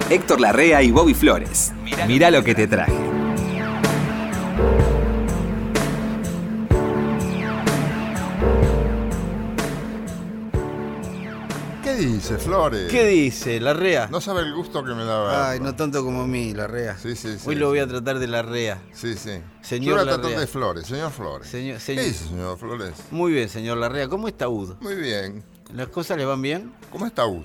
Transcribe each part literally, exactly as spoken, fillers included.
Héctor Larrea y Bobby Flores. Mirá lo que te traje. ¿Qué dice, Flores? ¿Qué dice, Larrea? No sabe el gusto que me da verlo. Ay, no tanto como a mí, Larrea. Sí, sí, sí. Hoy lo voy a tratar de Larrea. Sí, sí. Señor Yo voy a tratar Larrea. de Flores, señor Flores. Señor, señor. ¿Qué dice, señor Flores? Muy bien, señor Larrea. ¿Cómo está Ud? Muy bien. ¿Las cosas le van bien? ¿Cómo está Ud?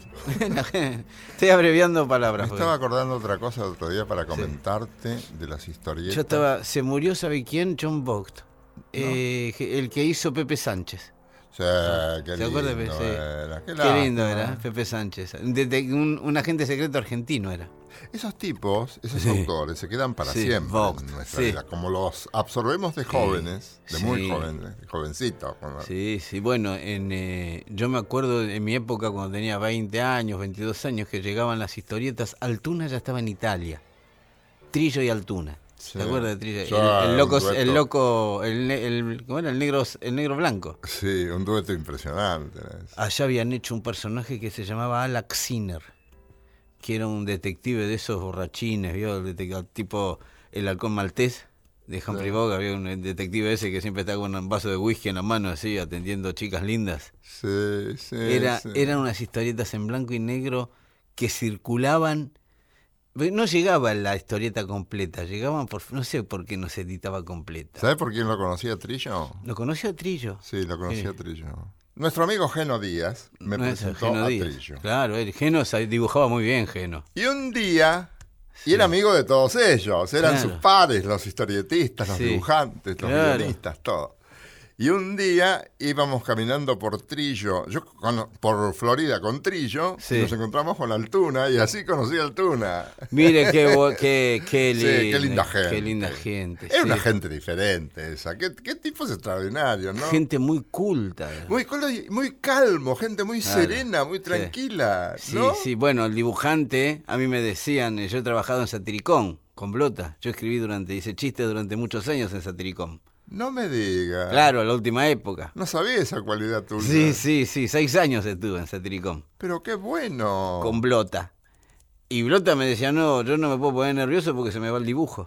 Estoy abreviando palabras. Me porque estaba acordando otra cosa el otro día para comentarte de las historietas. Yo estaba... Se murió, ¿sabe quién? John Vogt. Eh, el que hizo Pepe Sánchez. Sí, qué ¿Se acuerda? lindo Sí. era. Qué, Qué lindo lástima. era, Pepe Sánchez. De- de- un, un agente secreto argentino era. Esos tipos, esos Sí. autores, se quedan para Sí, siempre Vogt, en nuestra sí. vida. Como los absorbemos de jóvenes, de Sí. muy jóvenes, de jovencitos. cuando- Sí, sí, bueno, en, eh, yo me acuerdo en mi época cuando tenía veinte años, veintidós años, que llegaban las historietas. Altuna ya estaba en Italia. Trillo y Altuna. Sí. ¿Te acuerdas de Trillo? Sí, el, el loco, un dueto. el loco, el, ne- el, ¿cómo era? El negro, el negro blanco. Sí, un dueto impresionante. ¿no? Allá habían hecho un personaje que se llamaba Alec Sinner, que era un detective de esos borrachines, ¿vio? El detec- tipo el halcón maltés de Humphrey Sí. Bogart. Había un detective ese que siempre está con un vaso de whisky en la mano, así, atendiendo chicas lindas. Sí, sí. Era, sí. Eran unas historietas en blanco y negro que circulaban. No llegaba la historieta completa, llegaban por... No sé por qué no se editaba completa. ¿Sabes por quién lo conocía Trillo? ¿Lo conoció a Trillo? Sí, lo conocía Sí. Trillo. Nuestro amigo Geno Díaz me No es presentó Geno a Díaz. Trillo. Claro, el Geno sa- dibujaba muy bien, Geno. Y un día, y Sí. era amigo de todos ellos, eran Claro. sus pares, los historietistas, los Sí. dibujantes, los Claro. guionistas, todo. Y un día íbamos caminando por Trillo, yo con- por Florida con Trillo, Sí. y nos encontramos con Altuna, y así conocí a Altuna. Mire qué, bo- qué, qué, Sí, linda, qué linda gente. Qué linda gente. Era sí. una gente diferente esa, qué, qué tipos extraordinarios, ¿no? Gente muy culta. Muy, colo- muy calmo, gente muy Claro. serena, muy Sí. tranquila, Sí, ¿no? sí, bueno, el dibujante, a mí me decían, eh, yo he trabajado en Satiricón, con Blota. Yo escribí durante, hice chistes durante muchos años en Satiricón. No me diga. Claro, en la última época. No sabía esa cualidad tuya. Sí, sí, sí, seis años estuve en Satiricón, Pero qué bueno. con Blota. Y Blota me decía, no, yo no me puedo poner nervioso porque se me va el dibujo.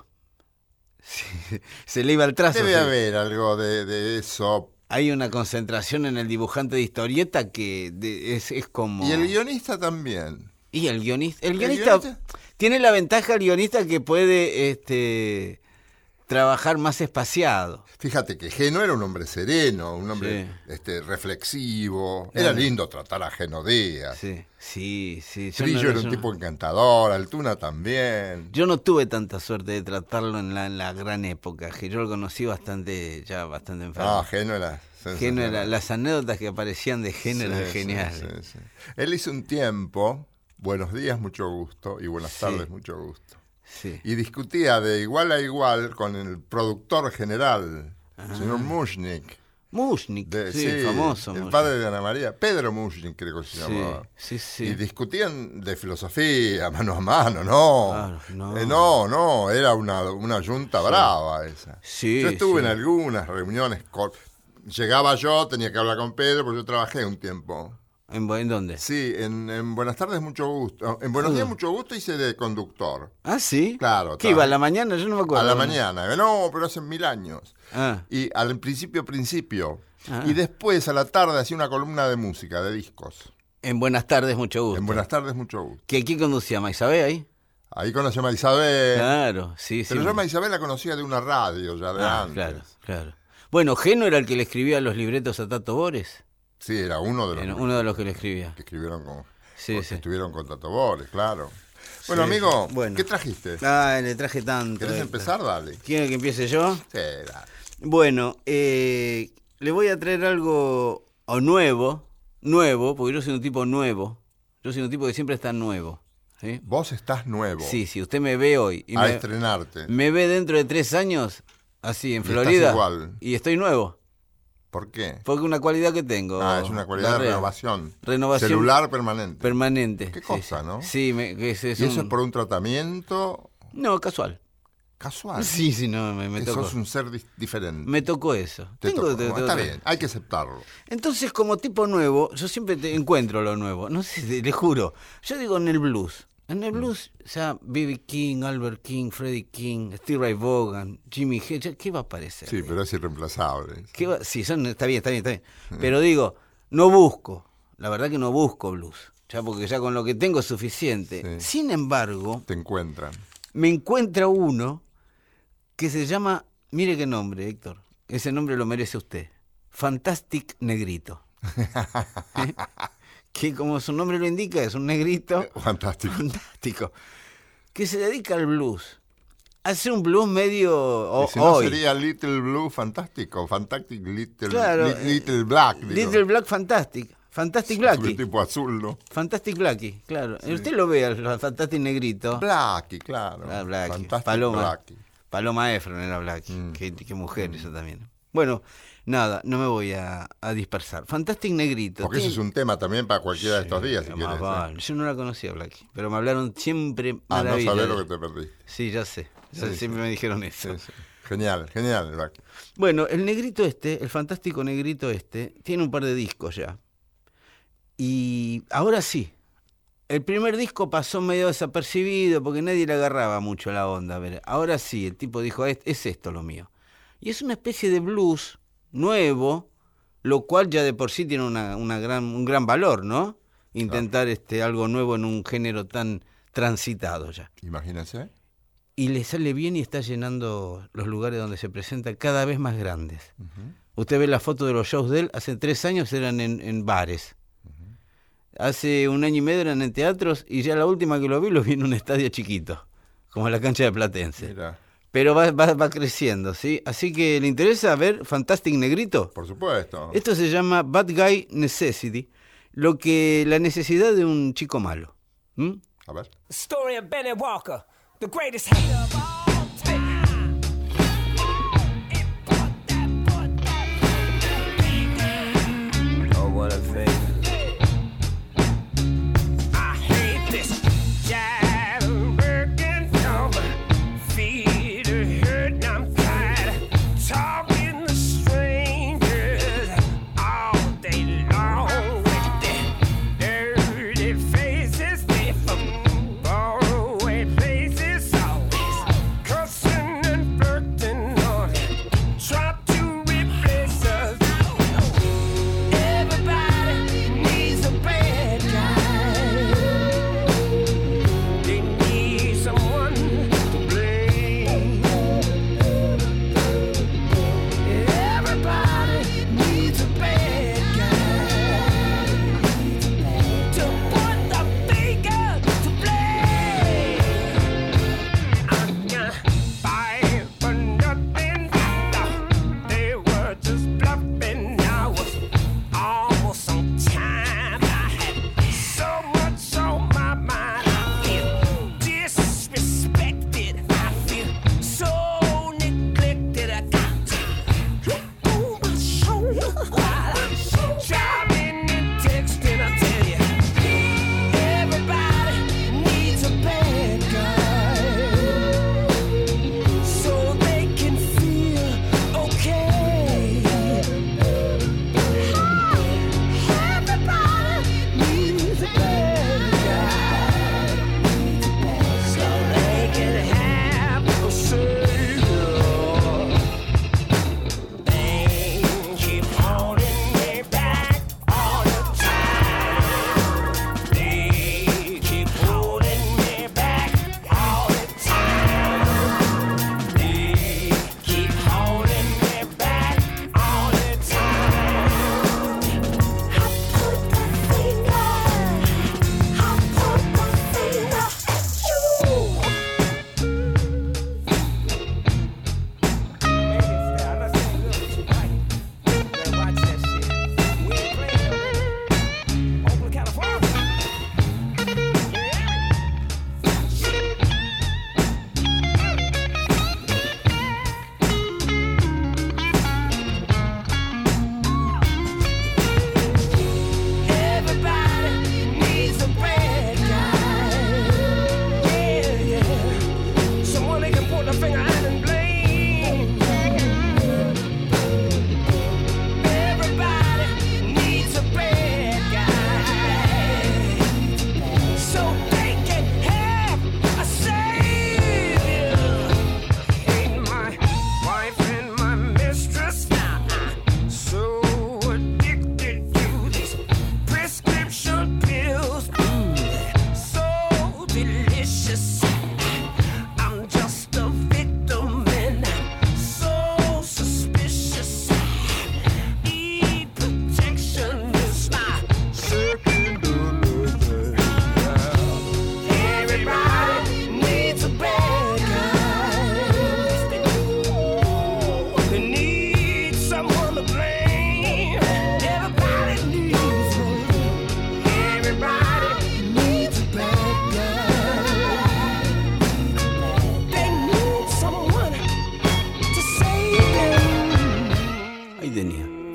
Sí, se le iba el trazo. Debe se- haber algo de, de eso. Hay una concentración en el dibujante de historieta que de- es, es como... Y el guionista también. Y el guionista, el ¿El guionista, guionista? tiene la ventaja el guionista que puede este trabajar más espaciado. Fíjate que Geno era un hombre sereno, un hombre Sí. este, reflexivo. Claro. Era lindo tratar a Geno Díaz. Sí, sí, sí. Yo Trillo no- era un yo tipo no- encantador, Altuna también. Yo no tuve tanta suerte de tratarlo en la, en la gran época, que yo lo conocí bastante, ya bastante enfermo. Ah, Geno era Geno sensacional. era- las anécdotas que aparecían de Geno Sí, eran sí, geniales. sí, sí. Él hizo un tiempo, buenos días, mucho gusto, y buenas Sí. tardes, mucho gusto. Sí. Y discutía de igual a igual con el productor general, el señor Mushnik. Mushnik, de- sí, famoso. El Mushnik. padre de Ana María, Pedro Mushnik creo que se Sí, llamaba. sí, sí. Y discutían de filosofía, mano a mano, no. Claro, no. Eh, no, no, era una, una yunta brava esa. Sí, yo estuve sí. en algunas reuniones, con- llegaba yo, tenía que hablar con Pedro, porque yo trabajé un tiempo. ¿En, bu- en dónde? Sí, en, en Buenas tardes, mucho gusto. En Buenos Ah. días, mucho gusto hice de conductor. Ah, sí. Claro, ¿Qué claro. iba a la mañana? Yo no me acuerdo. A la mañana. No, pero hace mil años. Ah, Y al principio, principio. Ah. Y después, a la tarde, hacía una columna de música, de discos. en Buenas tardes, mucho gusto. En Buenas tardes, mucho gusto. ¿Que quién conducía? ¿Maisabé ahí? Ahí conocí a Marisabel. Claro, sí, sí. Pero yo a Marisabel la conocía de una radio ya de Ah, antes. claro, claro. Bueno, Geno era el que le escribía los libretos a Tato Bores. Sí, era uno de los Era que, uno de los que le escribía. que escribieron con, Sí, con- sí. que estuvieron con Tato Bores, claro. Bueno, Sí, amigo, sí. Bueno. ¿qué trajiste? Ah, le traje tanto. ¿Querés Héctor. empezar? Dale. ¿Quiere que empiece yo? Sí, dale. Bueno, eh, le voy a traer algo o nuevo, nuevo, porque yo soy un tipo nuevo. Yo soy un tipo que siempre está nuevo. ¿Sí? Vos estás nuevo Sí, si usted me ve hoy y a me, estrenarte. me ve dentro de tres años, así en Y estás Florida, igual. y estoy nuevo. ¿Por qué? Porque una cualidad que tengo. Ah, es una cualidad de Larrea. renovación. Renovación Celular permanente. permanente. Qué Sí, cosa, sí. ¿no? Sí, me, que es, es ¿Y eso un- es por un tratamiento No, casual. casual? Sí, sí, no, me, me Que tocó. sos un ser dis- diferente. Me tocó eso. Te Tengo- tocó. te- te- Está te- bien, hay que aceptarlo. Entonces, como tipo nuevo, yo siempre te encuentro lo nuevo. No sé, te- le juro. Yo digo en el blues. En el blues, o sea, B B King, Albert King, Freddie King, Steve Ray Vaughan, Jimmy Hedges, ¿qué va a aparecer? Sí, pero es irreemplazable. ¿Qué va? Sí, son, está bien, está bien, está bien. Pero digo, no busco, la verdad que no busco blues, ya porque ya con lo que tengo es suficiente. Sí. Sin embargo, Te encuentran. me encuentra uno que se llama, mire qué nombre, Héctor, ese nombre lo merece usted, Fantastic Negrito. ¿Eh? Que como su nombre lo indica, es un negrito Fantástico. fantástico, que se dedica al blues. Hace un blues medio o, Y si no hoy. sería Little Blue Fantástico, Fantastic Little, Claro, li, Little Black. Digo. Little Black Fantastic, Fantastic Un Blackie. tipo azul, ¿no? Fantastic Blackie, claro. Usted lo ve al Fantastic Negrito. Blackie, claro. Ah, Blackie. Fantastic Paloma, Blackie. Paloma Efron era Blackie. Mm. Qué, qué mujer eso también. Bueno, nada, no me voy a, a dispersar. Fantastic Negrito. Porque ese tiene- es un tema también para cualquiera de estos días, si Más quieres. ¿eh? vale. Yo no la conocía, Blackie, pero me hablaron siempre Ah, no maravilla sabés de- lo que te perdiste. Sí, ya sé. Ya Sí, siempre sí. me dijeron eso. Sí, sí. Genial, genial, Blackie. Bueno, el negrito este, el fantástico negrito este, tiene un par de discos ya. Y ahora sí. El primer disco pasó medio desapercibido porque nadie le agarraba mucho la onda. A ver, ahora sí, el tipo dijo, es, es esto lo mío. Y es una especie de blues nuevo, lo cual ya de por sí tiene una, una gran, un gran valor, ¿no? Intentar este, algo nuevo en un género tan transitado ya. Imagínense. Y le sale bien y está llenando los lugares donde se presenta cada vez más grandes. Uh-huh. Usted ve la foto de los shows de él, hace tres años eran en, en bares. Uh-huh. Hace un año y medio eran en teatros y ya la última que lo vi lo vi en un estadio chiquito, como la cancha de Platense. Mira, Pero va, va, va creciendo, ¿sí? Así que le interesa ver Fantastic Negrito. por supuesto. Esto se llama Bad Guy Necessity, lo que la necesidad de un chico malo. ¿Mm? A ver. The story of Benny Walker, the greatest hater of all time. Oh, what a face. I hate this jive working over. Feet are hurting, I'm tired of talking to strangers all day long with their dirty faces. They from faraway places always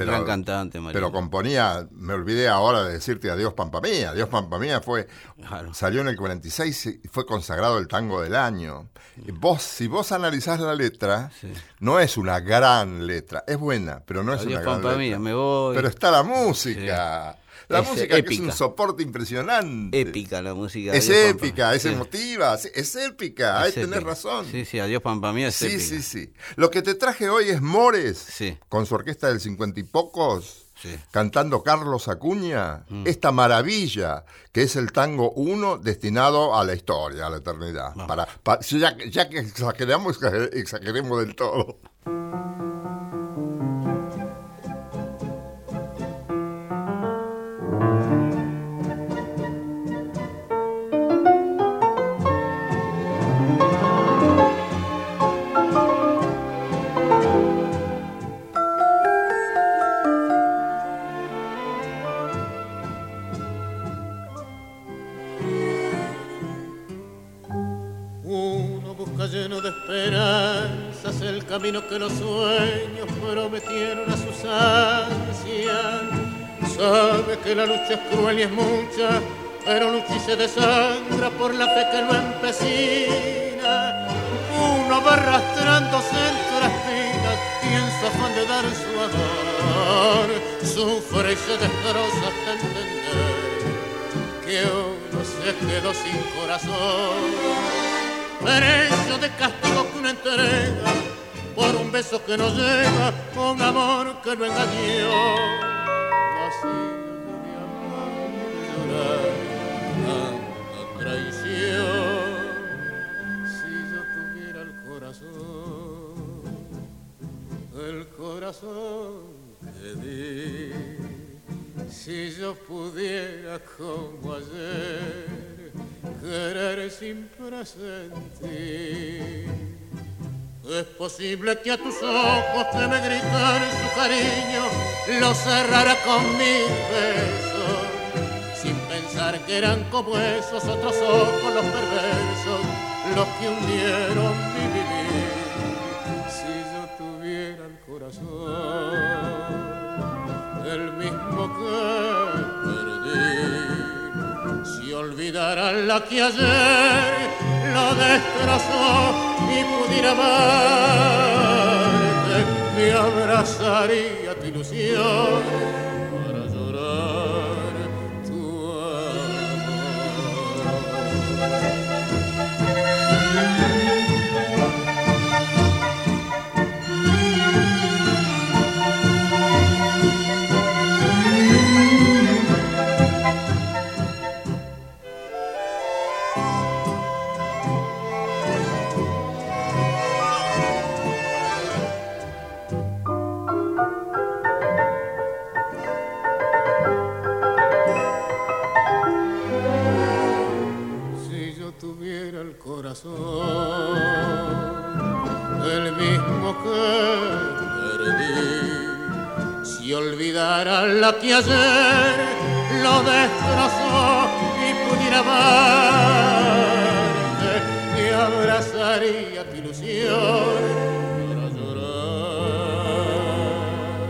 Pero, Gran cantante, Mariano. Pero componía, me olvidé ahora de decirte Adiós Pampa Mía. Adiós Pampa Mía fue, Claro. salió en el cuarenta y seis y fue consagrado el tango del año. Y vos, si vos analizás la letra, Sí. no es una gran letra, es buena, pero no es Adiós, una gran Pampa letra. Mía, me voy. Pero está la música. La Es música que es épica. un soporte impresionante. Épica la música. Es Adiós, Pampa. épica, es Sí. emotiva, es, es épica, Es ahí tenés épica. razón. Sí, sí, Adiós Pampa Mía es Sí, épica. sí, sí. Lo que te traje hoy es Mores, Sí. con su orquesta del cincuenta y pocos, Sí. cantando Carlos Acuña, Mm. esta maravilla que es el tango uno destinado a la historia, a la eternidad. Vamos. Para, pa- ya, ya que exageramos, exageremos del todo. Uno busca lleno de esperanzas el camino que los sueños prometieron a sus ansias. Sabe que la lucha es cruel y es mucha, pero lucha y se desangra por la fe que lo empecina. Uno va arrastrándose entre las espinas y en su afán de dar su amor sufre y se destroza hasta entender que uno se quedó sin corazón. Precio de castigo que una entrega por un beso que no llega, un amor que no engañó. Vacío de amor, de llorar, tanta traición. Si yo tuviera el corazón, el corazón que di, si yo pudiera como ayer querer sin presentir. Es posible que a tus ojos que me gritan su cariño lo cerrara con mis besos, sin pensar que eran como esos otros ojos los perversos, los que hundieron mi vivir. Si yo tuviera el corazón, el mismo que perdí, si olvidara la que ayer lo destrozó y pudiera amarte, me abrazaría tu ilusión para llorar tu el mismo que perdí, si olvidara la que ayer lo destrozó y pudiera amarte, me abrazaría tu ilusión para llorar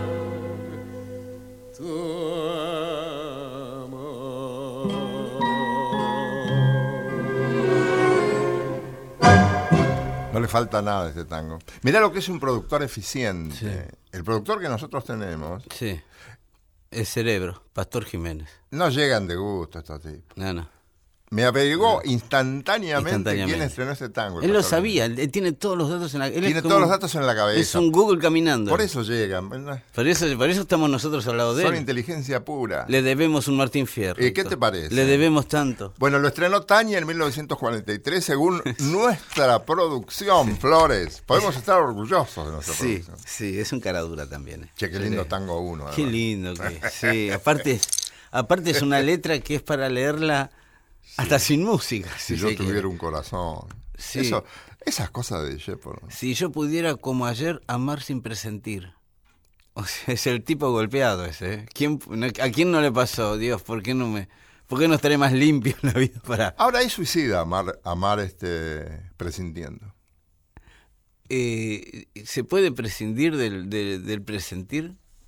tu No le falta nada a este tango. Mirá lo que es un productor eficiente. Sí. El productor que nosotros tenemos, Sí. El cerebro, Pastor Jiménez. no llegan de gusto estos tipos. No, no. Me averiguó instantáneamente, Instantáneamente. quién estrenó este tango. el Él lo Pastor sabía, él, él tiene todos los datos en la... él es Tiene como- todos los datos en la cabeza. Es un Google caminando. Por eso llegan. ¿Verdad? Por eso, por eso estamos nosotros al lado de Son él. inteligencia pura. Le debemos un Martín Fierro. ¿Y qué te parece? Le debemos tanto. Bueno, lo estrenó Tania en mil novecientos cuarenta y tres según nuestra producción, Flores. Podemos estar orgullosos de nuestra Sí, producción. sí, es un cara dura también. eh. Che, qué Sí. lindo tango uno. Qué además. lindo que es. Sí, aparte, aparte es una letra que es para leerla hasta sin música. Si si yo se quiere. tuviera un corazón. Sí. Eso, esas cosas de Shepard. Si yo pudiera, como ayer, amar sin presentir. O sea, es el tipo golpeado ese. ¿eh? ¿Quién, ¿A quién no le pasó? Dios, ¿por qué no me, por qué no estaré más limpio en la vida para...? Ahora es suicida amar, amar este, presintiendo. Eh, ¿Se puede prescindir del, del, del presentir?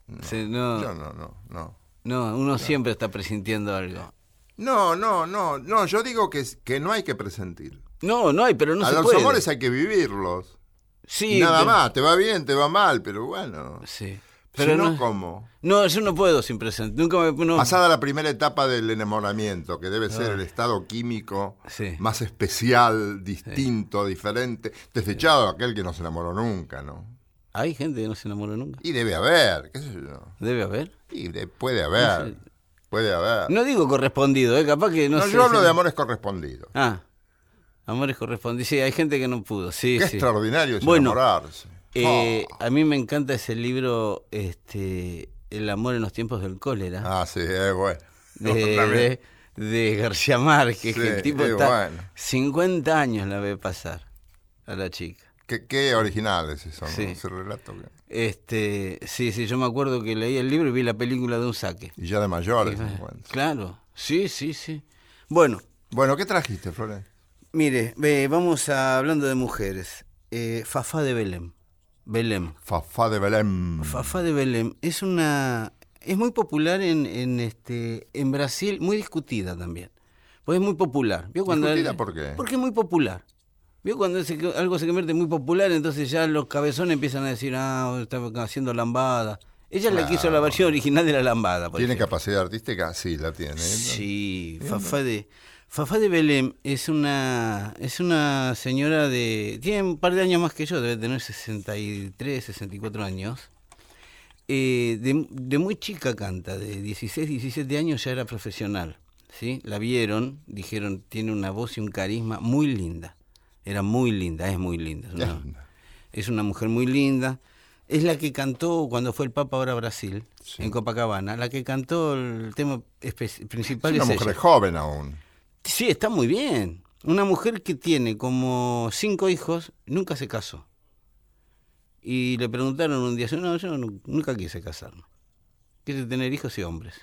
No, Sí, no. Yo no, no, no. No, uno siempre está presintiendo algo. No, no, no, no, yo digo que, que no hay que presentir. No, no hay, pero no A se los puede. amores hay que vivirlos. Sí, Nada pero- más, te va bien, te va mal, pero bueno. Sí. Pero Pero si no, no, ¿cómo? no, yo no puedo sin presentar. Nunca me. No. Pasada la primera etapa del enamoramiento, que debe ser el estado químico Sí. más especial, distinto, diferente, desechado de aquel que no se enamoró nunca, ¿no? Hay gente que no se enamora nunca. Y debe haber, qué sé yo. Debe haber. Y de- puede haber, No sé. puede haber. No digo correspondido, ¿eh? Capaz que no, No, sé. yo hablo si- de amores correspondidos. Ah, amores correspondidos. Sí, hay gente que no pudo. Sí, Qué sí. extraordinario es Bueno, enamorarse. Eh, Oh. A mí me encanta ese libro, este, El amor en los tiempos del cólera, Ah, sí, es bueno. de, También. de, de García Márquez, Sí, que el tipo es está bueno. cincuenta años la ve pasar a la chica. Qué, qué originales son, Sí. ¿no? Ese relato. que- Este, sí, sí, yo me acuerdo que leí el libro y vi la película de un saque. Y ya de mayores. Y, se encuentra. claro, sí, sí, sí. Bueno, Bueno, ¿qué trajiste, Flores? mire, ve, vamos a, hablando de mujeres. Eh, Fafá de Belém. Belém. Fafá de Belém. Fafá de Belém es una es muy popular en, en este en Brasil, muy discutida también. Pues es muy popular. ¿Vio cuando ¿Discutida por qué? Porque es muy popular. ¿Vio cuando se- algo se convierte muy popular, entonces ya los cabezones empiezan a decir, "Ah, está haciendo lambada." Ella es la que hizo la versión original de la lambada, por ¿Tiene ejemplo. capacidad artística? Sí, la tiene. Sí, Fafá de Fafá de Belém es una es una señora de tiene un par de años más que yo, debe tener sesenta y tres, sesenta y cuatro años. Eh, de, de muy chica canta, de dieciséis, diecisiete años ya era profesional, ¿sí? La vieron, dijeron, tiene una voz y un carisma muy linda. Era muy linda, es muy linda. Es una, linda. es una mujer muy linda. Es la que cantó cuando fue el Papa ahora a Brasil, Sí. en Copacabana. La que cantó el tema espe- principal Es una es mujer ella. joven aún. Sí, está muy bien. Una mujer que tiene como cinco hijos, nunca se casó. Y le preguntaron un día, no, yo nu- nunca quise casarme. Quise tener hijos y hombres.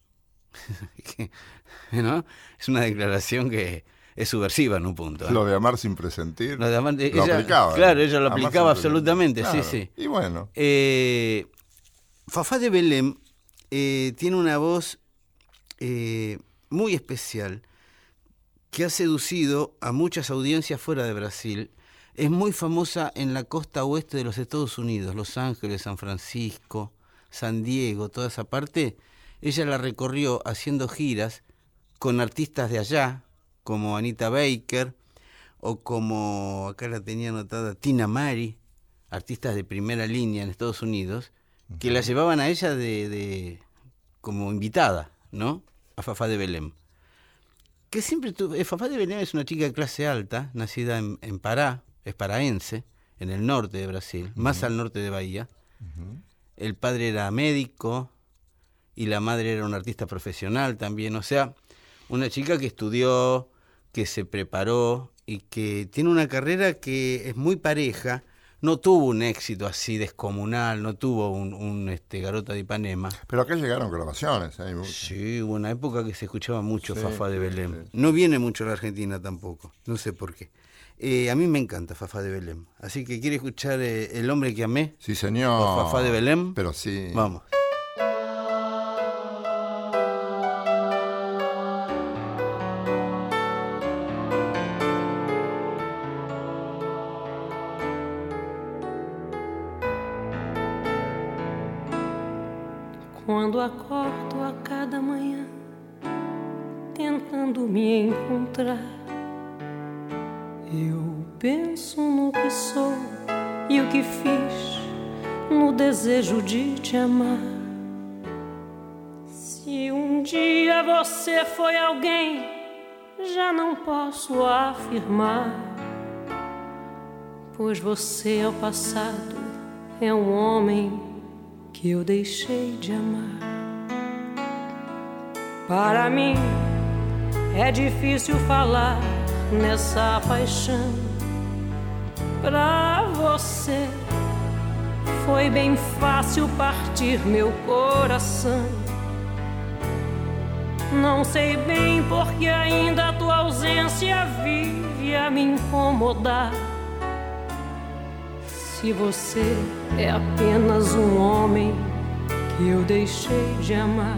¿No? Es una declaración que es subversiva en un punto. ¿eh? Lo de amar sin presentir. Lo de amar- lo ella- aplicaba. claro, ella lo Amar sin aplicaba presentir. absolutamente, sí, Claro. sí. Y bueno, Eh, Fafá de Belém eh, tiene una voz eh, muy especial que ha seducido a muchas audiencias fuera de Brasil. Es muy famosa en la costa oeste de los Estados Unidos, Los Ángeles, San Francisco, San Diego, toda esa parte. Ella la recorrió haciendo giras con artistas de allá, como Anita Baker, o como, acá la tenía anotada, Tina Mari, artistas de primera línea en Estados Unidos, que la llevaban a ella de, de como invitada, ¿no? A Fafá de Belém. Que siempre tuvo, eh, Fafá de Belém es una chica de clase alta, nacida en, en Pará, es paraense, en el norte de Brasil, más al norte de Bahía. El padre era médico y la madre era una artista profesional también, o sea, una chica que estudió, que se preparó y que tiene una carrera que es muy pareja. No tuvo un éxito así descomunal, no tuvo un, un este, Garota de Ipanema. pero acá llegaron grabaciones. ¿eh? Sí, hubo una época que se escuchaba mucho Sí, Fafá de sí, Belém. sí. No viene mucho a la Argentina tampoco, no sé por qué. Eh, a mí me encanta Fafá de Belém. Así que quiere escuchar eh, El hombre que amé. Sí, señor. ¿Por Fafá de Belém? Pero sí. Vamos. Quando acordo a cada manhã, tentando me encontrar, eu penso no que sou e o que fiz, no desejo de te amar. Se um dia você foi alguém, já não posso afirmar, pois você é o passado, é um homem que eu deixei de amar. Para mim é difícil falar nessa paixão. Pra você foi bem fácil partir meu coração. Não sei bem porque ainda a tua ausência vive a me incomodar. Se você é apenas um homem que eu deixei de amar.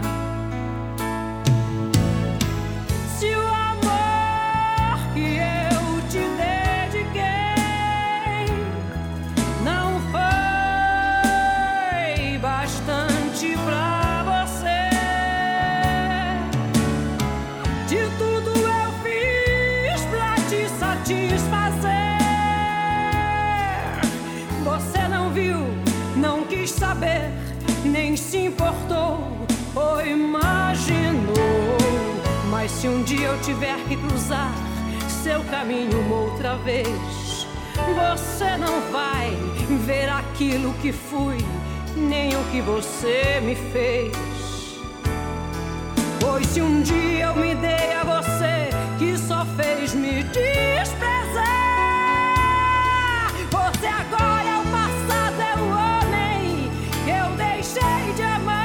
Se o amor que eu te dediquei não foi bastante pra você, de tudo eu fiz pra te satisfazer. Você não viu, não quis saber, nem se importou ou imaginou. Mas se um dia eu tiver que cruzar seu caminho uma outra vez, você não vai ver aquilo que fui, nem o que você me fez. Pois se um dia eu me dei a você, que só fez me desprezar, você agora é o passado, é o homem que eu deixei de amar.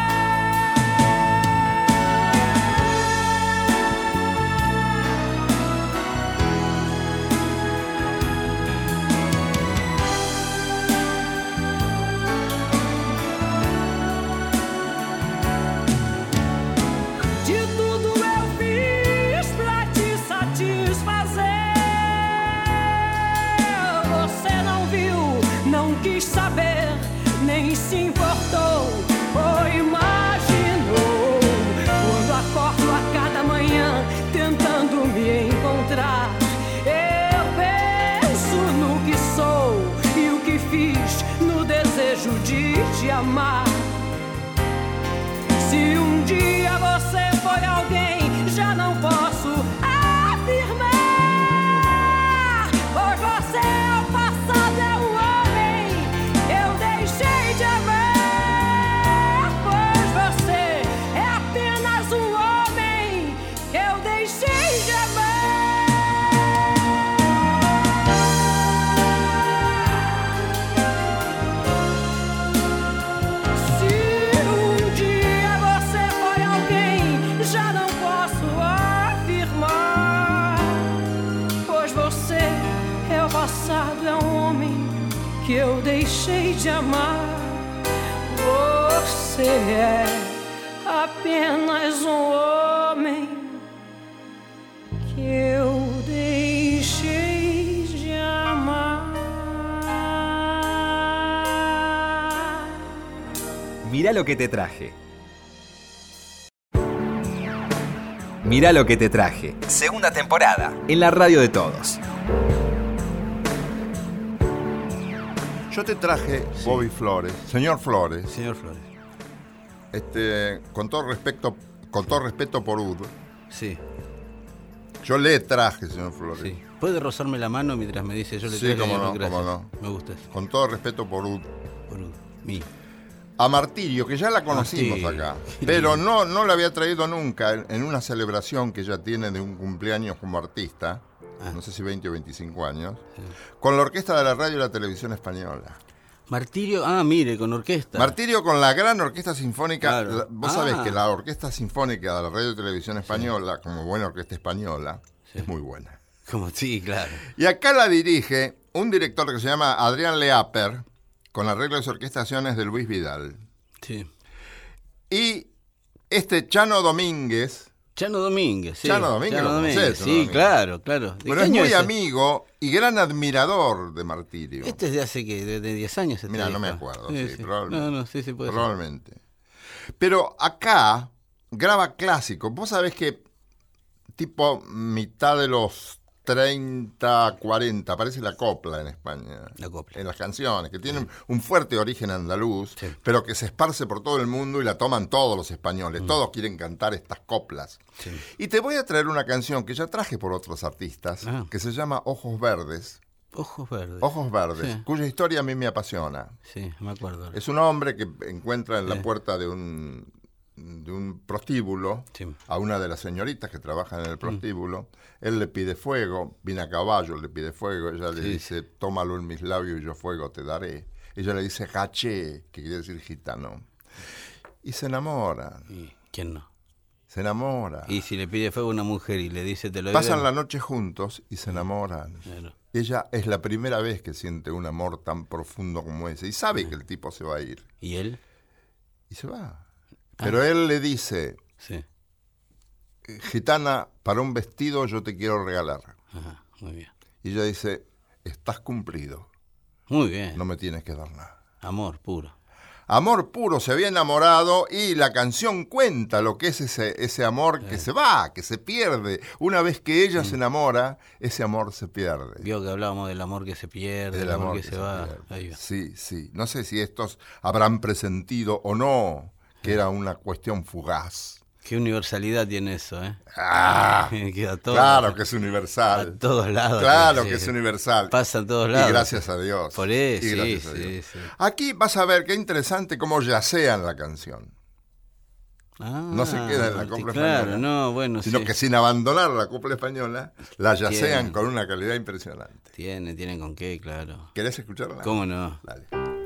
De tudo eu fiz pra te satisfazer. Você não viu, não quis saber, nem se importou ou imaginou. Quando acordo a cada manhã tentando me encontrar, eu penso no que sou e o que fiz, no desejo de te amar. Se um dia você foi alguém, já não posso afirmar, pois você é o passado, é o homem que eu deixei de amar. Pois você é apenas um homem que eu deixei de amar. Se um dia você foi alguém, já não posso afirmar, pois você é o passado, é um homem que eu deixei de amar. Você é apenas um homem que eu deixei de amar. Mirá lo que te traje. Mirá lo que te traje. Segunda temporada. En la radio de todos. Yo te traje Bobby Flores, señor Flores, Señor Flores. este, con todo respeto, con todo respeto por Ud, Sí, yo le traje, señor Flores, sí. ¿Puede rozarme la mano mientras me dice yo le Sí, traigo? cómo no, Gracias. cómo no. Me gusta eso. con todo respeto por Ud, Boludo. Mi. a Martirio, que ya la conocimos Martirio. acá, pero no, no la había traído nunca en, en una celebración que ella tiene de un cumpleaños como artista, Ah. no sé si veinte o veinticinco años, con la orquesta de la radio y la televisión española. Martirio, ah, mire, con orquesta. Martirio con la gran orquesta sinfónica. Claro. la- vos Ah. sabés que la orquesta sinfónica de la radio y televisión española, como buena orquesta española, es muy buena. Como, sí, claro. Y acá la dirige un director que se llama Adrián Leaper, con arreglos y orquestaciones de Luis Vidal. Sí. Y este Chano Domínguez, Chano Domínguez, sí. Chano Domínguez, lo conocés, Chano sí, Domínguez. claro, claro. ¿De pero qué es año muy ese? amigo y gran admirador de Martirio. Este es de hace, ¿qué? De, de diez años. este Mira, no disco. me acuerdo, sí, probablemente. No, no, sí, sí puede ser. Probablemente. Pero acá graba clásico. Vos sabés que tipo mitad de los treinta, cuarenta, aparece la copla en España. La copla. En las canciones, que tienen un fuerte origen andaluz, Sí. pero que se esparce por todo el mundo y la toman todos los españoles. Mm. Todos quieren cantar estas coplas. Sí. Y te voy a traer una canción que ya traje por otros artistas, Ah. que se llama Ojos Verdes. Ojos verdes. Ojos Verdes, Sí. cuya historia a mí me apasiona. Sí, me acuerdo. Es un hombre que encuentra en la Sí. puerta de un, de un prostíbulo Sí. a una de las señoritas que trabajan en el prostíbulo. Él le pide fuego, viene a caballo, le pide fuego. Ella le Sí. dice, tómalo en mis labios y yo fuego te daré. Ella le dice, haché, que quiere decir gitano. Y se enamoran, ¿Y quién no? se enamoran. Y si le pide fuego a una mujer y le dice te lo Pasan doy, la noche juntos y se enamoran. Claro. Ella es la primera vez que siente un amor tan profundo como ese y sabe que el tipo se va a ir. ¿Y él? y se va. Pero él le dice, Sí. gitana, para un vestido yo te quiero regalar. Ajá, muy bien. Y ella dice, estás cumplido, Muy bien. no me tienes que dar nada. Amor puro. Amor puro, se había enamorado y la canción cuenta lo que es ese, ese amor que se va, que se pierde. Una vez que ella se enamora, ese amor se pierde. Vio que hablábamos del amor que se pierde, Del del amor, amor que, que se, se va. pierde. Ahí va. Sí, sí. No sé si estos habrán presentido o no que era una cuestión fugaz. Qué universalidad tiene eso, ¿eh? Ah, Que a todos- claro que es universal. a todos lados. Claro Sí. que es universal. Pasa en todos lados. Y gracias a Dios. Por eso, Y sí, gracias a sí, Dios. sí. Aquí vas a ver qué interesante cómo yacean la canción. Ah, No se queda en la sí, copla claro, española. no, bueno, Sino sí. que sin abandonar la copla española, la yacean Bien. con una calidad impresionante. Tiene, tiene con qué, claro. ¿Querés escucharla? ¿Cómo no? Dale.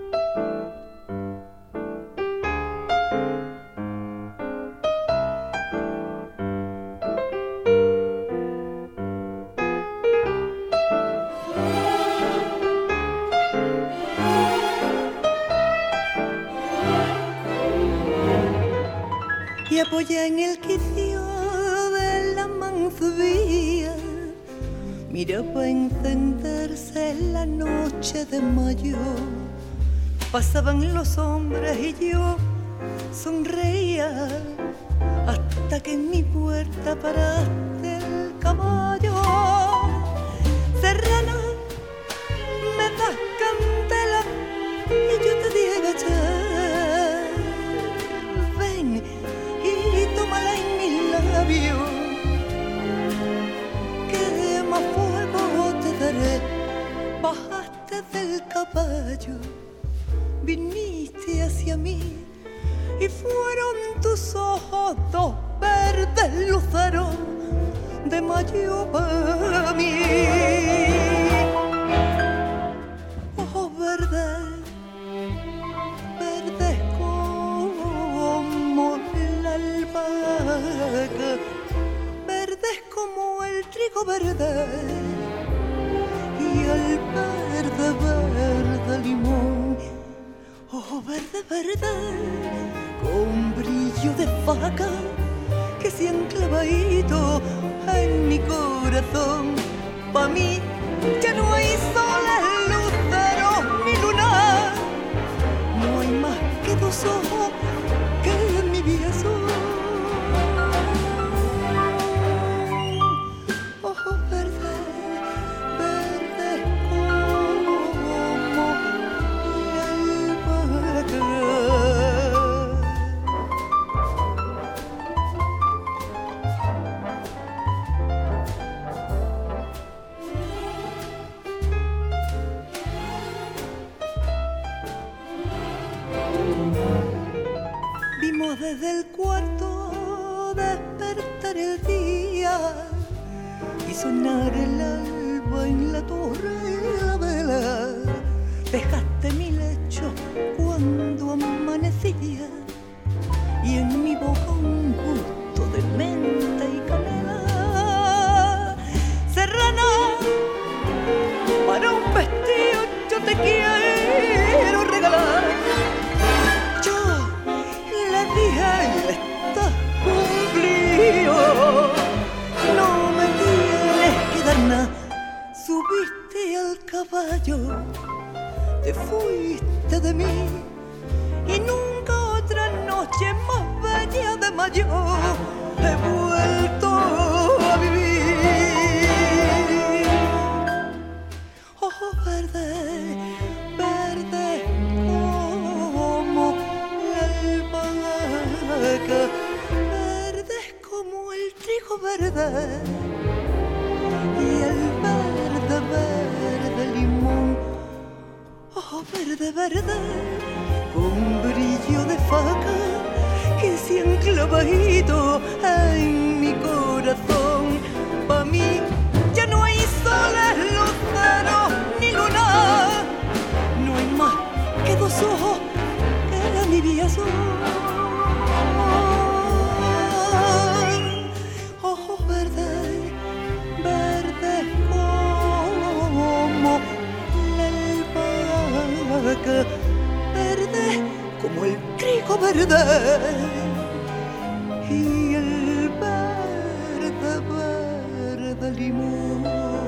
Y apoya en el quicio de la mancebía, mira pa' encenderse la noche de mayo. Pasaban los hombres y yo sonreía hasta que en mi puerta paraste el caballo. Serrana, me das candela y yo te di agachar. Ven y tómala en mis labios, que más fuego te daré. Bajaste del caballo, viniste hacia mí y fueron tus ojos dos verdes luceros de mayo para mí. Ojos verdes, verdes como la albahaca, verdes como el trigo verde y el verde, verde limón. Ojo verde, verde, con brillo de faca que se han clavadito en mi corazón. Pa' mí ya no hay soles, luceros ni luna, no hay más que dos ojos que en mi vida son. Ojos verdes, verdes como la albahaca. Vimos desde el cuarto despertar el día y sonar el alba en la torre y la vela. Dejaste mi lecho cuando amanecía y en mi boca un gusto de menta y canela. Serrana, para un vestido yo te quiero regalar. Yo le dije, estás cumplido, no me tienes que dar nada. Subiste al caballo, te fuiste de mí y nunca otra noche más bella de mayo he vuelto a vivir. Ojos verdes, verdes como la albahaca, verdes como el trigo verde y el verde, verde limón. Ojos verde, verde, con brillo de faca que se han clavadito en mi corazón. Pa' mí ya no hay soles, luceros ni luna, no hay más que dos ojos que mi vida son. Ojos verdes, verdes como la albahaca, verdes como el trigo trigo verde y el verde, verde limón.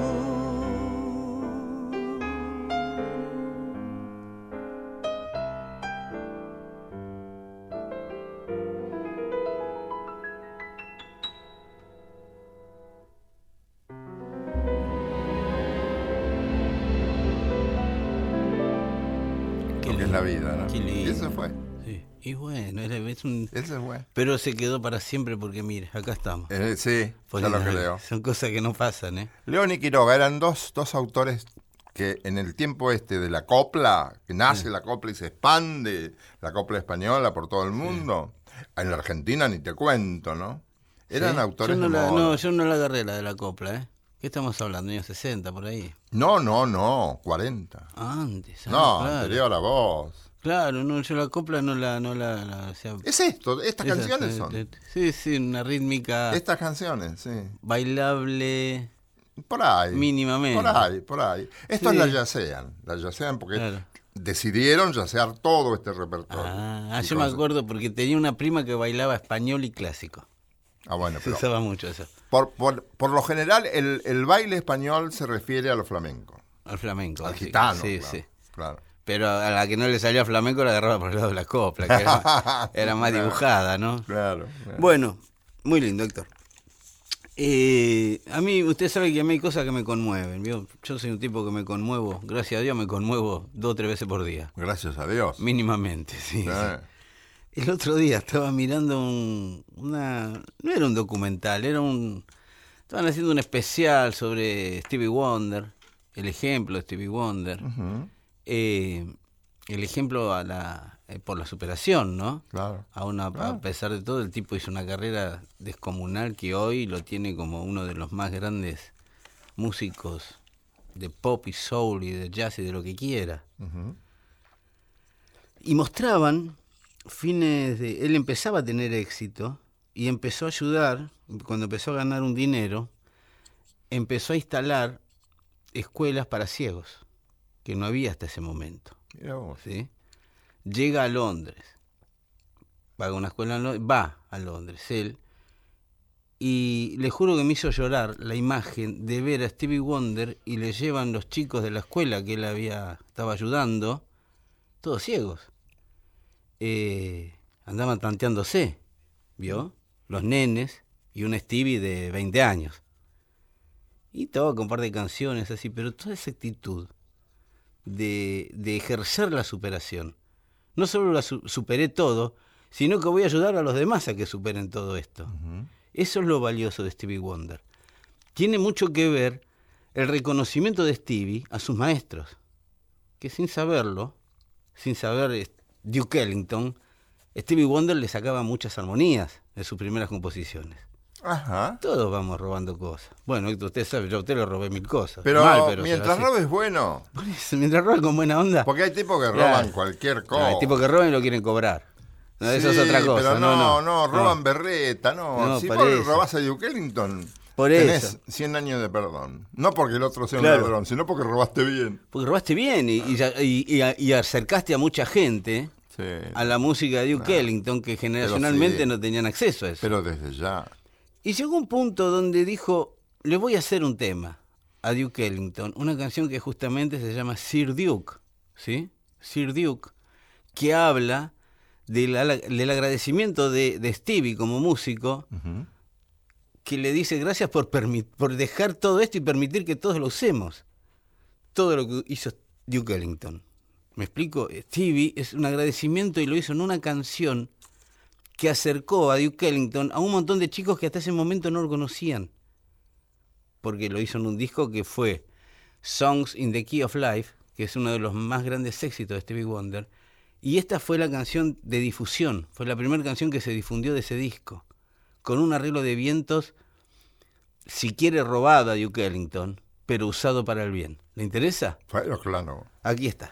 Lo que es la vida, ¿no? Qué lindo. Y eso fue. Sí. Y bueno, era- es un... Ese fue. pero se quedó para siempre porque mire, acá estamos. Eh, sí, ya lo creo. Son cosas que no pasan, ¿eh? León y Quiroga eran dos, dos autores que en el tiempo este de la copla, que nace Sí. la copla y se expande, la copla española por todo el mundo, en la Argentina ni te cuento, ¿no? Eran ¿Sí? autores yo no de la, moda. no, yo no la agarré la de la copla, ¿eh? ¿Qué estamos hablando? Años sesenta, por ahí. No, no, no, cuarenta. Antes. ah, No, claro. anterior a vos. Claro, no, yo la copla no la... No la, la- o sea, Es esto, estas esa- canciones eh, son. eh, Sí, sí, una rítmica Estas canciones, sí. bailable Por ahí. mínimamente. Por ahí, por ahí. Estos Sí. la yacean, la yacean porque Claro. decidieron yacear todo este repertorio. Ah, ah, Y yo me con- acuerdo porque tenía una prima que bailaba español y clásico. Ah, bueno, Se pero usaba mucho eso, por, por, por lo general el, el baile español se refiere a lo flamenco, al flamenco. al así que- gitano. Sí, claro, sí. claro. Pero a la que no le salía flamenco la agarraba por el lado de la copla, que era, era más Claro. dibujada, ¿no? Claro, claro. Bueno, muy lindo, Héctor. Eh, a mí, usted sabe que a mí hay cosas que me conmueven, ¿vio? Yo soy un tipo que me conmuevo, gracias a Dios me conmuevo dos o tres veces por día, Gracias a Dios. mínimamente, sí. sí. Eh, El otro día estaba mirando un, una... No era un documental, era un... Estaban haciendo un especial sobre Stevie Wonder, el ejemplo de Stevie Wonder, ujú, eh, el ejemplo a la, eh, por la superación, ¿no? claro. A, una, Claro. a pesar de todo, el tipo hizo una carrera descomunal que hoy lo tiene como uno de los más grandes músicos de pop y soul y de jazz y de lo que quiera. Ujú. Y mostraban fines de... Él empezaba a tener éxito y empezó a ayudar, cuando empezó a ganar un dinero, empezó a instalar escuelas para ciegos, que no había hasta ese momento. Mira vos. ¿Sí? Llega a Londres, va a una escuela en Londres, va a Londres él, y le juro que me hizo llorar la imagen de ver a Stevie Wonder y le llevan los chicos de la escuela que él había estaba ayudando, todos ciegos. Eh, andaban tanteándose, ¿vio? Los nenes y un Stevie de veinte años. Y toca un par de canciones así, pero toda esa actitud de, de ejercer la superación. No solo la su- superé todo, sino que voy a ayudar a los demás a que superen todo esto. Ujú. Eso es lo valioso de Stevie Wonder. Tiene mucho que ver el reconocimiento de Stevie a sus maestros, que sin saberlo, sin saber eh, Duke Ellington, Stevie Wonder le sacaba muchas armonías de sus primeras composiciones. Ajá. Todos vamos robando cosas. Bueno, Héctor, usted sabe, yo a usted le robé mil cosas. Pero, Mal, pero mientras se lo hace. robes bueno, Por eso, mientras roba con buena onda. porque hay tipos que Claro. roban cualquier cosa. No, hay tipos que roban y lo quieren cobrar. No, eso es Sí, otra cosa. Pero no, no, no, no, roban berreta, no. No, si por vos eso. robás a Duke Ellington, Por tenés eso. cien años de perdón. No porque el otro sea un Claro. ladrón, sino porque robaste bien. Porque robaste bien y, y, y- y- y acercaste a mucha gente Sí. a la música de Duke Claro. Ellington que generacionalmente sí. no tenían acceso a eso. Pero desde ya. Y llegó un punto donde dijo, le voy a hacer un tema a Duke Ellington, una canción que justamente se llama Sir Duke, ¿sí? Sir Duke, que habla de la- del agradecimiento de, de Stevie como músico, Ujú. que le dice gracias por, permi- por dejar todo esto y permitir que todos lo usemos. Todo lo que hizo Duke Ellington. ¿Me explico? Stevie es un agradecimiento y lo hizo en una canción que acercó a Duke Ellington a un montón de chicos que hasta ese momento no lo conocían. Porque lo hizo en un disco que fue Songs in the Key of Life, que es uno de los más grandes éxitos de Stevie Wonder. Y esta fue la canción de difusión, fue la primera canción que se difundió de ese disco, con un arreglo de vientos, si quiere robado a Duke Ellington, pero usado para el bien. ¿Le interesa? Pero claro. Aquí está.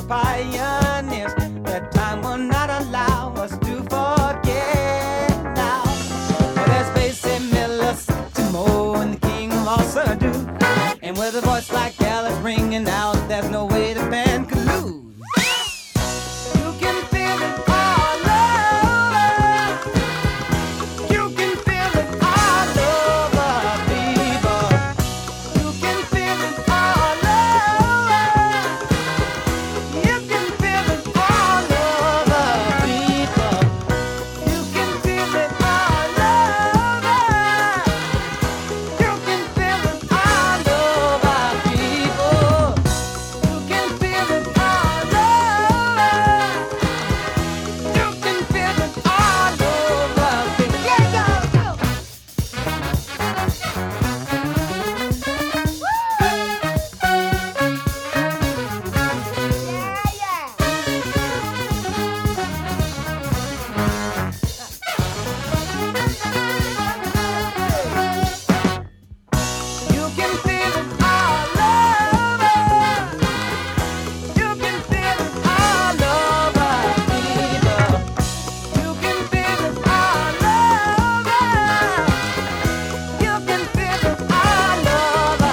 pioneers. That time will not allow us to forget now. Well, there's Basie Miller, Timo, and the king of all Surdo. And with a voice like Alice ringing out, there's no way the band could lose. You can feel it all over. You can feel it all over, people. You can feel it all over. You can feel it all over, people. You can feel it all over. You can feel it all over, people. You can feel it all over. You can feel it all over, people. Yeah, go, go. You can feel it all over. You can feel it all over, people. You can feel it all over. You can feel it all over,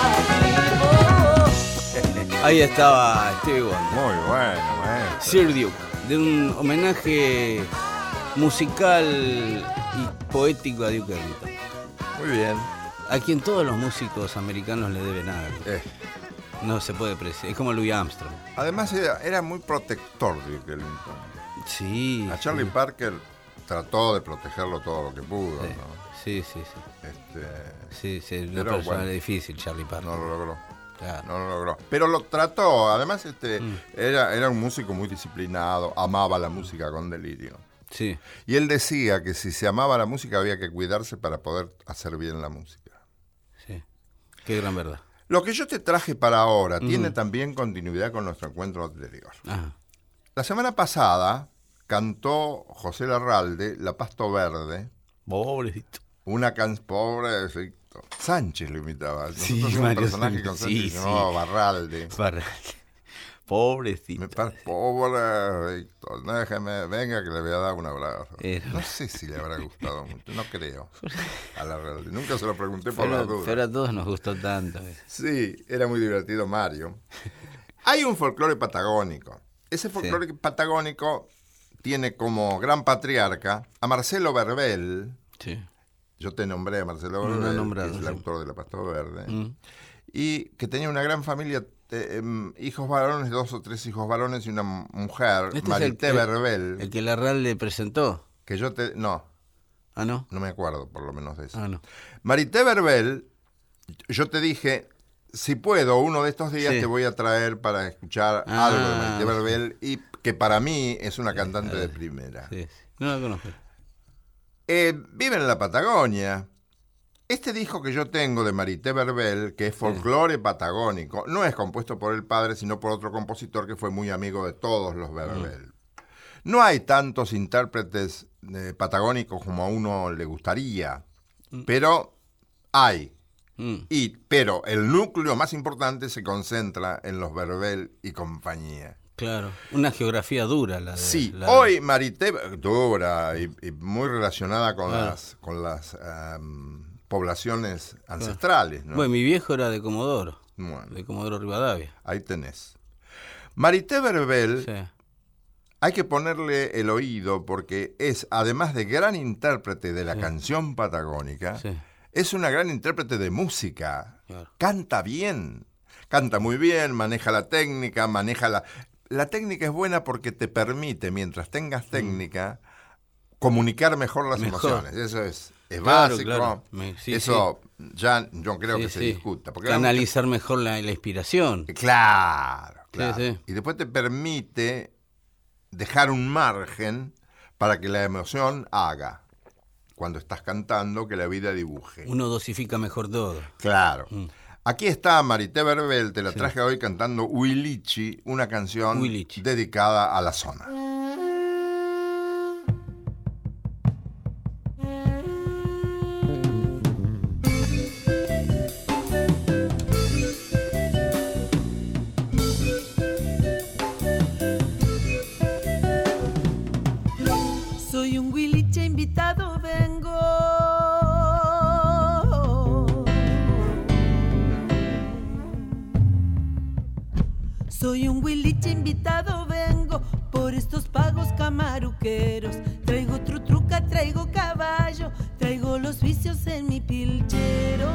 people. Ahí estaba Stevie Wonder. Muy bueno, maestro. Sir Duke, de un homenaje musical y poético a Duke Ellington, Muy bien. a quien todos los músicos americanos le deben algo. Eh, No se puede apreciar. Es como Louis Armstrong. Además era, era muy protector de Duke Ellington. Sí. A Charlie sí, Parker trató de protegerlo todo lo que pudo, sí, ¿no? sí, sí, sí. Este, Sí, sí, una Pero persona bueno. difícil, Charlie Parker. no lo logró. Claro. No lo logró. Pero lo trató. Además, este, Mm. era, era un músico muy disciplinado, amaba la música con delirio. Sí. Y él decía que si se amaba la música había que cuidarse para poder hacer bien la música. Sí. Qué gran verdad. Lo que yo te traje para ahora tiene también continuidad con nuestro encuentro anterior. Ajá. La semana pasada cantó José Larralde La Pasto Verde, Pobrecito. una canción pobrecito. Sánchez lo imitaba. Sí, Nosotros un Mario personaje Sánchez, con Sánchez sí, se llamaba sí. Barralde. Barra- Pobrecito. Me parece pobrecito. Déjeme, venga que le voy a dar un abrazo. Era- No sé si le habrá gustado mucho, no creo. A Larralde. Nunca se lo pregunté por la Pero, duda. pero a todos nos gustó tanto. Sí, era muy divertido Mario. Hay un folclore patagónico. Ese folclore patagónico tiene como gran patriarca a Marcelo Verbel. Sí. Yo te nombré a Marcelo No lo he Verbel, nombrado, que es el sí. autor de La Pasto Verde. Mm. Y que tenía una gran familia, eh, em, hijos varones, dos o tres hijos varones y una m- mujer, Este es Marité el, el- Verbel, el que Larral le presentó. que yo te... No, Ah, ¿no? no me acuerdo por lo menos de eso. Ah, no. Marité Verbel, yo te dije, si puedo, uno de estos días Sí. te voy a traer para escuchar Ah, algo de Marité sí. Verbel, y que para mí es una cantante de primera. Sí, sí. No lo conozco. Eh, vive en la Patagonia. Este disco que yo tengo de Marité Verbel, que es folclore patagónico, no es compuesto por el padre, sino por otro compositor que fue muy amigo de todos los Verbel. No hay tantos intérpretes eh, patagónicos como a uno le gustaría, pero hay. Mm. Y, pero el núcleo más importante se concentra en los Verbel y compañía. Claro. Una geografía dura la de. Sí, la de- hoy Marité, dura y, y muy relacionada con Claro. las, con las em, poblaciones ancestrales, ¿no? Bueno, mi viejo era de Comodoro. Bueno, De Comodoro Rivadavia. ahí tenés. Marité Verbel, Sí. hay que ponerle el oído porque es, además de gran intérprete de la Sí. canción patagónica, Sí. es una gran intérprete de música. Claro. Canta bien, canta muy bien, maneja la técnica, maneja la... La técnica es buena porque te permite, mientras tengas técnica, comunicar mejor las Mejor. emociones. Eso es, es Claro, básico. claro. Me- sí, Eso ya yo creo Sí, que se sí. discuta. Porque Canalizar mejor la, la inspiración. Claro, claro. sí. Y después te permite dejar un margen para que la emoción haga, cuando estás cantando, que la vida dibuje. Uno dosifica mejor todo. Claro. Mm. Aquí está Marité Verbel, te la Sí. traje hoy cantando Huilichi, una canción Huilichi. dedicada a la zona. Soy un huiliche invitado, vengo por estos pagos camaruqueros. Traigo trutruca, traigo caballo, traigo los vicios en mi pilchero.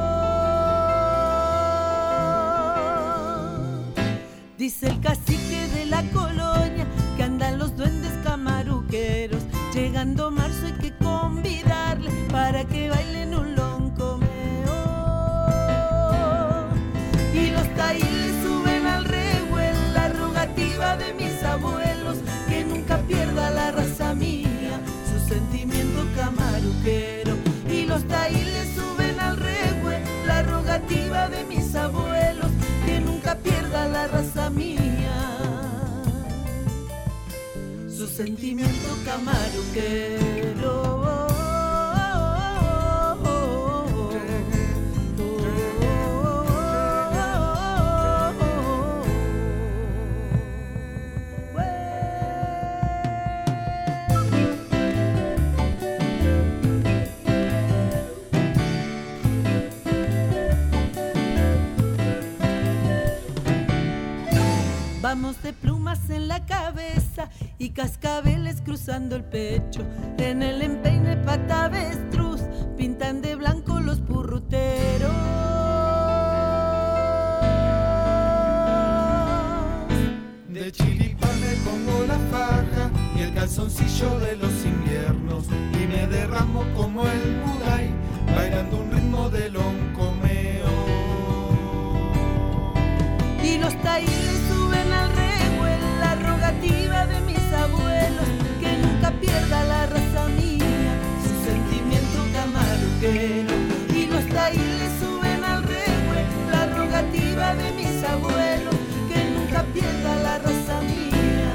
Dice el cacique de la colonia que andan los duendes camaruqueros. Llegando marzo hay que convidarle para que bailen un loncomeo. Y los taíles suben al revuelo, la rogativa de mis abuelos, que nunca pierda la raza mía su sentimiento camaruquero. Y los taíles suben al revuelo, la rogativa de mis abuelos, que nunca pierda la raza mía su sentimiento camaruquero. Vamos de plumas en la cabeza y cascabeles cruzando el pecho. En el empeine pata avestruz pintan de blanco los purruteros. De chiripán me pongo la faja y el calzoncillo de los inviernos, y me derramo como el Buday bailando un ritmo de loncomeo. Y los taíles suben al revuelo, la rogativa de mis abuelos, que nunca pierda la raza mía su sentimiento camaruquero. Y los taíles suben al revuelo, la rogativa de mis abuelos, que nunca pierda la raza mía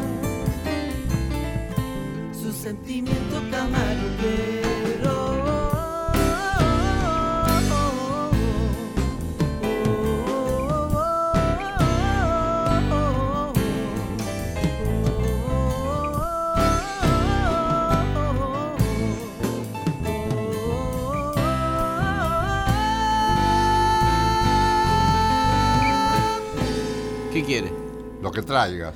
su sentimiento camaruquero. ¿Qué quiere? Lo que traigas.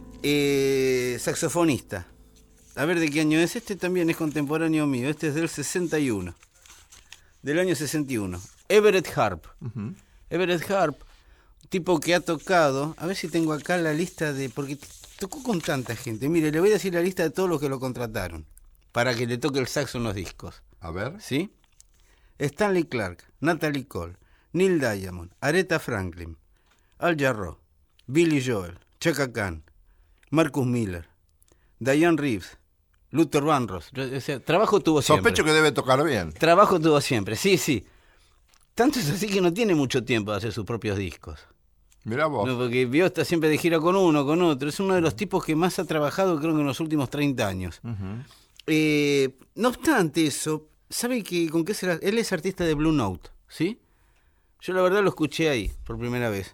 Eh, saxofonista. A ver de qué año es. Este también es contemporáneo mío. Este es del sesenta y uno. Del año sesenta y uno. Everett Harp. Uh-huh. Everett Harp, tipo que ha tocado. A ver si tengo acá la lista de... Porque tocó con tanta gente. Mire, le voy a decir la lista de todos los que lo contrataron para que le toque el saxo en los discos. A ver. ¿Sí? Stanley Clarke, Natalie Cole, Neil Diamond, Aretha Franklin, Al Jarreau, Billy Joel, Chaka Khan, Marcus Miller, Diane Reeves, Luther Vandross. O sea, trabajo tuvo siempre. Sospecho que debe tocar bien. Trabajo tuvo siempre, sí, sí. Tanto es así que no tiene mucho tiempo de hacer sus propios discos. Mirá vos. No, porque vio está siempre de gira con uno, con otro. Es uno de los tipos que más ha trabajado, creo que en los últimos treinta años. Uh-huh. Eh, no obstante eso, ¿sabe que con qué será? Él es artista de Blue Note, ¿sí? Yo la verdad lo escuché ahí por primera vez.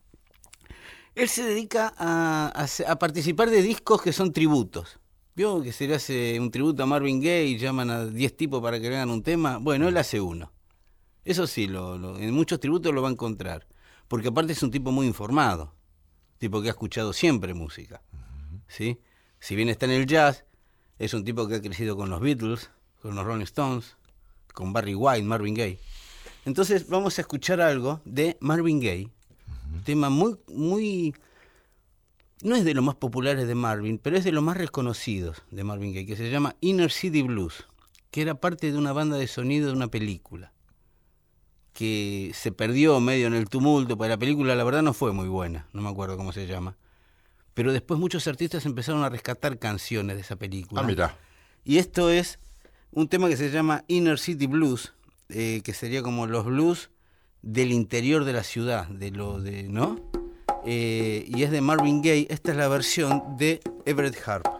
Él se dedica a, a, a participar de discos que son tributos. ¿Vio que se le hace un tributo a Marvin Gaye y llaman a diez tipos para que le hagan un tema? Bueno, él hace uno. Eso sí, lo, lo, en muchos tributos lo va a encontrar. Porque aparte es un tipo muy informado. Tipo que ha escuchado siempre música. ¿Sí? Si bien está en el jazz, es un tipo que ha crecido con los Beatles, con los Rolling Stones, con Barry White, Marvin Gaye. Entonces vamos a escuchar algo de Marvin Gaye. Un tema muy, muy... No es de los más populares de Marvin, pero es de los más reconocidos de Marvin Gaye, que se llama Inner City Blues, que era parte de una banda de sonido de una película, que se perdió medio en el tumulto, porque la película la verdad no fue muy buena, no me acuerdo cómo se llama. Pero después muchos artistas empezaron a rescatar canciones de esa película. Ah, mira. Y esto es un tema que se llama Inner City Blues, eh, que sería como los blues del interior de la ciudad, de lo de, ¿no? Eh, y es de Marvin Gaye. Esta es la versión de Everett Harp.